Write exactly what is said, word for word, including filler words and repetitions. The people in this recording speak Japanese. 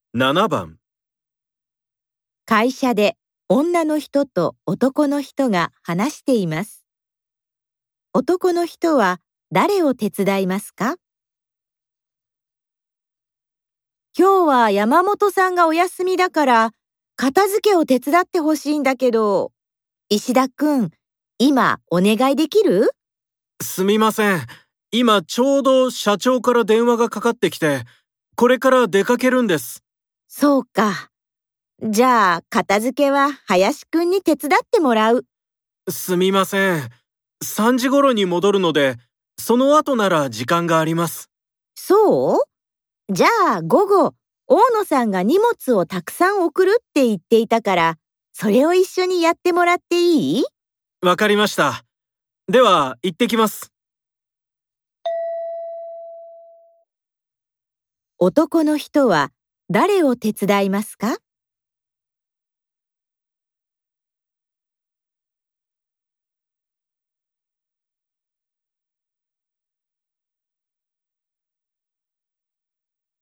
ななばん。 会社で女の人と男の人が話しています。男の人は誰を手伝いますか？今日は山本さんがお休みだから、片付けを手伝ってほしいんだけど、石田くん、今お願いできる？ すみません。今ちょうど社長から電話がかかってきて、これから出かけるんです。 そうか。じゃあ、片付けは林くんに手伝ってもらう。 すみません。さんじ頃に戻るので、その後なら時間があります。 そう？じゃあ午後、大野さんが荷物をたくさん送るって言っていたから、それを一緒にやってもらっていい？ わかりました。では、行ってきます。 男の人は誰を手伝いますか？